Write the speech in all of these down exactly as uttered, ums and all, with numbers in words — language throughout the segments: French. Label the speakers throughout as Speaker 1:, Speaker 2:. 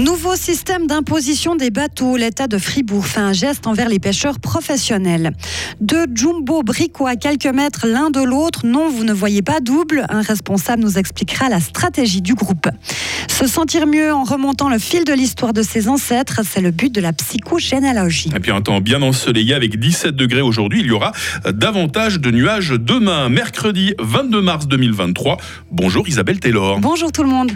Speaker 1: Nouveau système d'imposition des bateaux. L'État de Fribourg fait un geste envers les pêcheurs professionnels. Deux jumbo bricots à quelques mètres l'un de l'autre. Non, vous ne voyez pas double. Un responsable nous expliquera la stratégie du groupe. Se sentir mieux en remontant le fil de l'histoire de ses ancêtres, c'est le but de la psychogénéalogie.
Speaker 2: Et puis un temps bien ensoleillé avec dix-sept degrés aujourd'hui. Il y aura davantage de nuages demain, mercredi vingt-deux mars deux mille vingt-trois. Bonjour Isabelle Taylor.
Speaker 1: Bonjour tout le monde.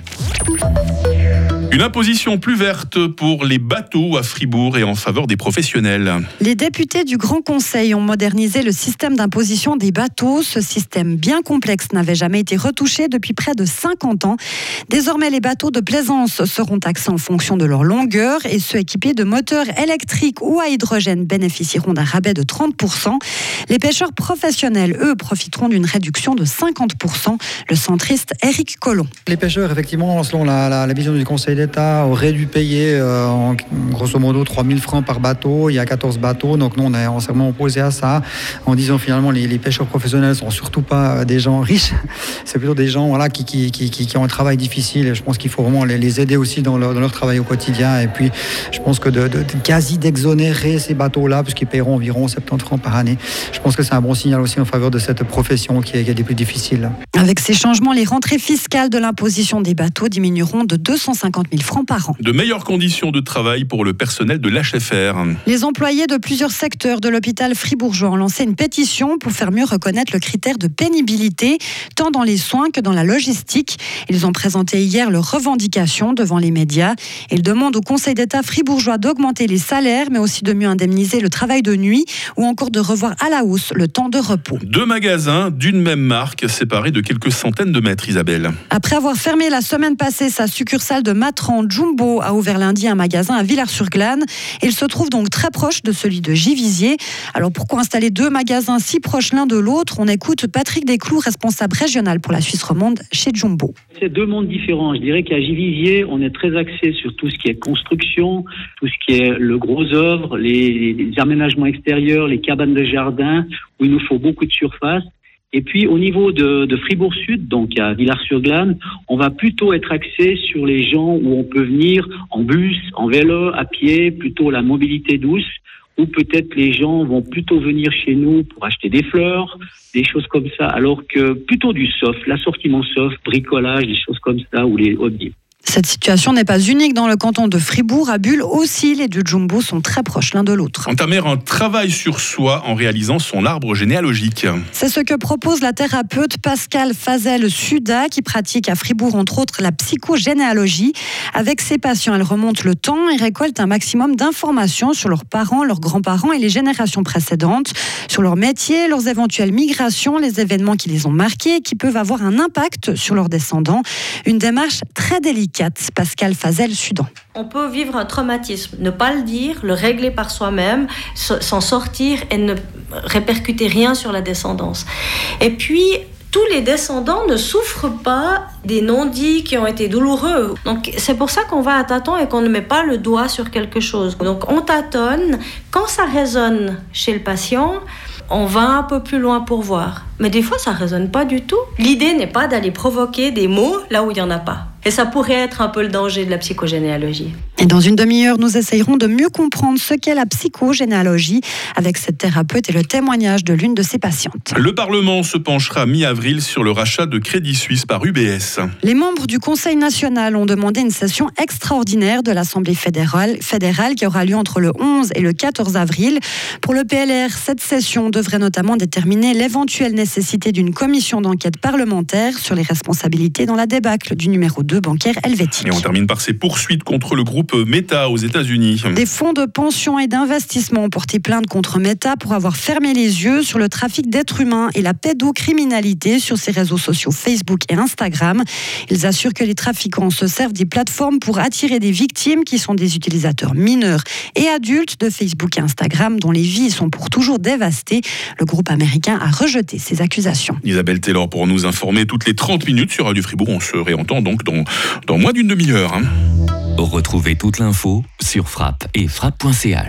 Speaker 2: Une imposition plus verte pour les bateaux à Fribourg et en faveur des professionnels.
Speaker 1: Les députés du Grand Conseil ont modernisé le système d'imposition des bateaux. Ce système bien complexe n'avait jamais été retouché depuis près de cinquante ans. Désormais, les bateaux de plaisance seront taxés en fonction de leur longueur et ceux équipés de moteurs électriques ou à hydrogène bénéficieront d'un rabais de trente pour cent. Les pêcheurs professionnels, eux, profiteront d'une réduction de cinquante pour cent. Le centriste Éric Collomb.
Speaker 3: Les pêcheurs, effectivement, selon la, la, la vision du Conseil d'État, auraient dû payer euh, en, grosso modo trois mille francs par bateau. Il y a quatorze bateaux, donc nous on est entièrement opposé à ça, en disant finalement les, les pêcheurs professionnels sont surtout pas des gens riches, c'est plutôt des gens voilà, qui, qui, qui, qui ont un travail difficile et je pense qu'il faut vraiment les, les aider aussi dans leur, dans leur travail au quotidien. Et puis je pense que de, de, de quasi d'exonérer ces bateaux-là, puisqu'ils paieront environ soixante-dix francs par année, je pense que c'est un bon signal aussi en faveur de cette profession qui est, qui est des plus difficiles.
Speaker 1: Avec ces changements, les rentrées fiscales de l'imposition des bateaux diminueront de deux cent cinquante mille francs par an.
Speaker 2: De meilleures conditions de travail pour le personnel de l'H F R.
Speaker 1: Les employés de plusieurs secteurs de l'hôpital fribourgeois ont lancé une pétition pour faire mieux reconnaître le critère de pénibilité, tant dans les soins que dans la logistique. Ils ont présenté hier leurs revendications devant les médias. Ils demandent au Conseil d'État fribourgeois d'augmenter les salaires, mais aussi de mieux indemniser le travail de nuit ou encore de revoir à la hausse le temps de repos.
Speaker 2: Deux magasins d'une même marque séparés de quelques centaines de mètres, Isabelle.
Speaker 1: Après avoir fermé la semaine passée sa succursale de Matran, Jumbo a ouvert lundi un magasin à Villars-sur-Glâne. Il se trouve donc très proche de celui de Givisiez. Alors pourquoi installer deux magasins si proches l'un de l'autre? On écoute Patrick Desclous, responsable régional pour la Suisse romande chez Jumbo.
Speaker 4: C'est deux mondes différents. Je dirais qu'à Givisiez, on est très axé sur tout ce qui est construction, tout ce qui est le gros œuvre, les, les aménagements extérieurs, les cabanes de jardin, où il nous faut beaucoup de surface. Et puis au niveau de, de Fribourg-Sud, donc à Villars-sur-Glâne, on va plutôt être axé sur les gens où on peut venir en bus, en vélo, à pied, plutôt la mobilité douce, ou peut-être les gens vont plutôt venir chez nous pour acheter des fleurs, des choses comme ça, alors que plutôt du soft, l'assortiment soft, bricolage, des choses comme ça, ou les hobbies.
Speaker 1: Cette situation n'est pas unique dans le canton de Fribourg. À Bulle aussi, les deux Jumbo sont très proches l'un de l'autre.
Speaker 2: Entamer un travail sur soi en réalisant son arbre généalogique.
Speaker 1: C'est ce que propose la thérapeute Pascale Fazel-Suda, qui pratique à Fribourg, entre autres, la psychogénéalogie. Avec ses patients, elle remonte le temps et récolte un maximum d'informations sur leurs parents, leurs grands-parents et les générations précédentes, sur leur métier, leurs éventuelles migrations, les événements qui les ont marqués et qui peuvent avoir un impact sur leurs descendants. Une démarche très délicate. Pascal Fazel-Sudan.
Speaker 5: On peut vivre un traumatisme, ne pas le dire, le régler par soi-même, s'en sortir et ne répercuter rien sur la descendance. Et puis, tous les descendants ne souffrent pas des non-dits qui ont été douloureux. Donc, c'est pour ça qu'on va à tâtons et qu'on ne met pas le doigt sur quelque chose. Donc, on tâtonne. Quand ça résonne chez le patient, on va un peu plus loin pour voir. Mais des fois, ça ne résonne pas du tout. L'idée n'est pas d'aller provoquer des mots là où il n'y en a pas. Et ça pourrait être un peu le danger de la psychogénéalogie.
Speaker 1: Et dans une demi-heure, nous essayerons de mieux comprendre ce qu'est la psychogénéalogie avec cette thérapeute et le témoignage de l'une de ses patientes.
Speaker 2: Le Parlement se penchera mi-avril sur le rachat de Crédit Suisse par U B S.
Speaker 1: Les membres du Conseil national ont demandé une session extraordinaire de l'Assemblée fédérale, fédérale qui aura lieu entre le onze et le quatorze avril. Pour le P L R, cette session devrait notamment déterminer l'éventuelle nécessité d'une commission d'enquête parlementaire sur les responsabilités dans la débâcle du numéro deux bancaire helvétique.
Speaker 2: Et on termine par ces poursuites contre le groupe Meta aux États-Unis.
Speaker 1: Des fonds de pension et d'investissement ont porté plainte contre Meta pour avoir fermé les yeux sur le trafic d'êtres humains et la pédocriminalité sur ses réseaux sociaux Facebook et Instagram. Ils assurent que les trafiquants se servent des plateformes pour attirer des victimes qui sont des utilisateurs mineurs et adultes de Facebook et Instagram dont les vies sont pour toujours dévastées. Le groupe américain a rejeté ces accusations.
Speaker 2: Isabelle Taylor pour nous informer toutes les trente minutes sur Radio Fribourg. On se réentend donc dans, dans moins d'une demi-heure. Hein.
Speaker 6: Retrouvez toute l'info sur frappe et frappe point c h.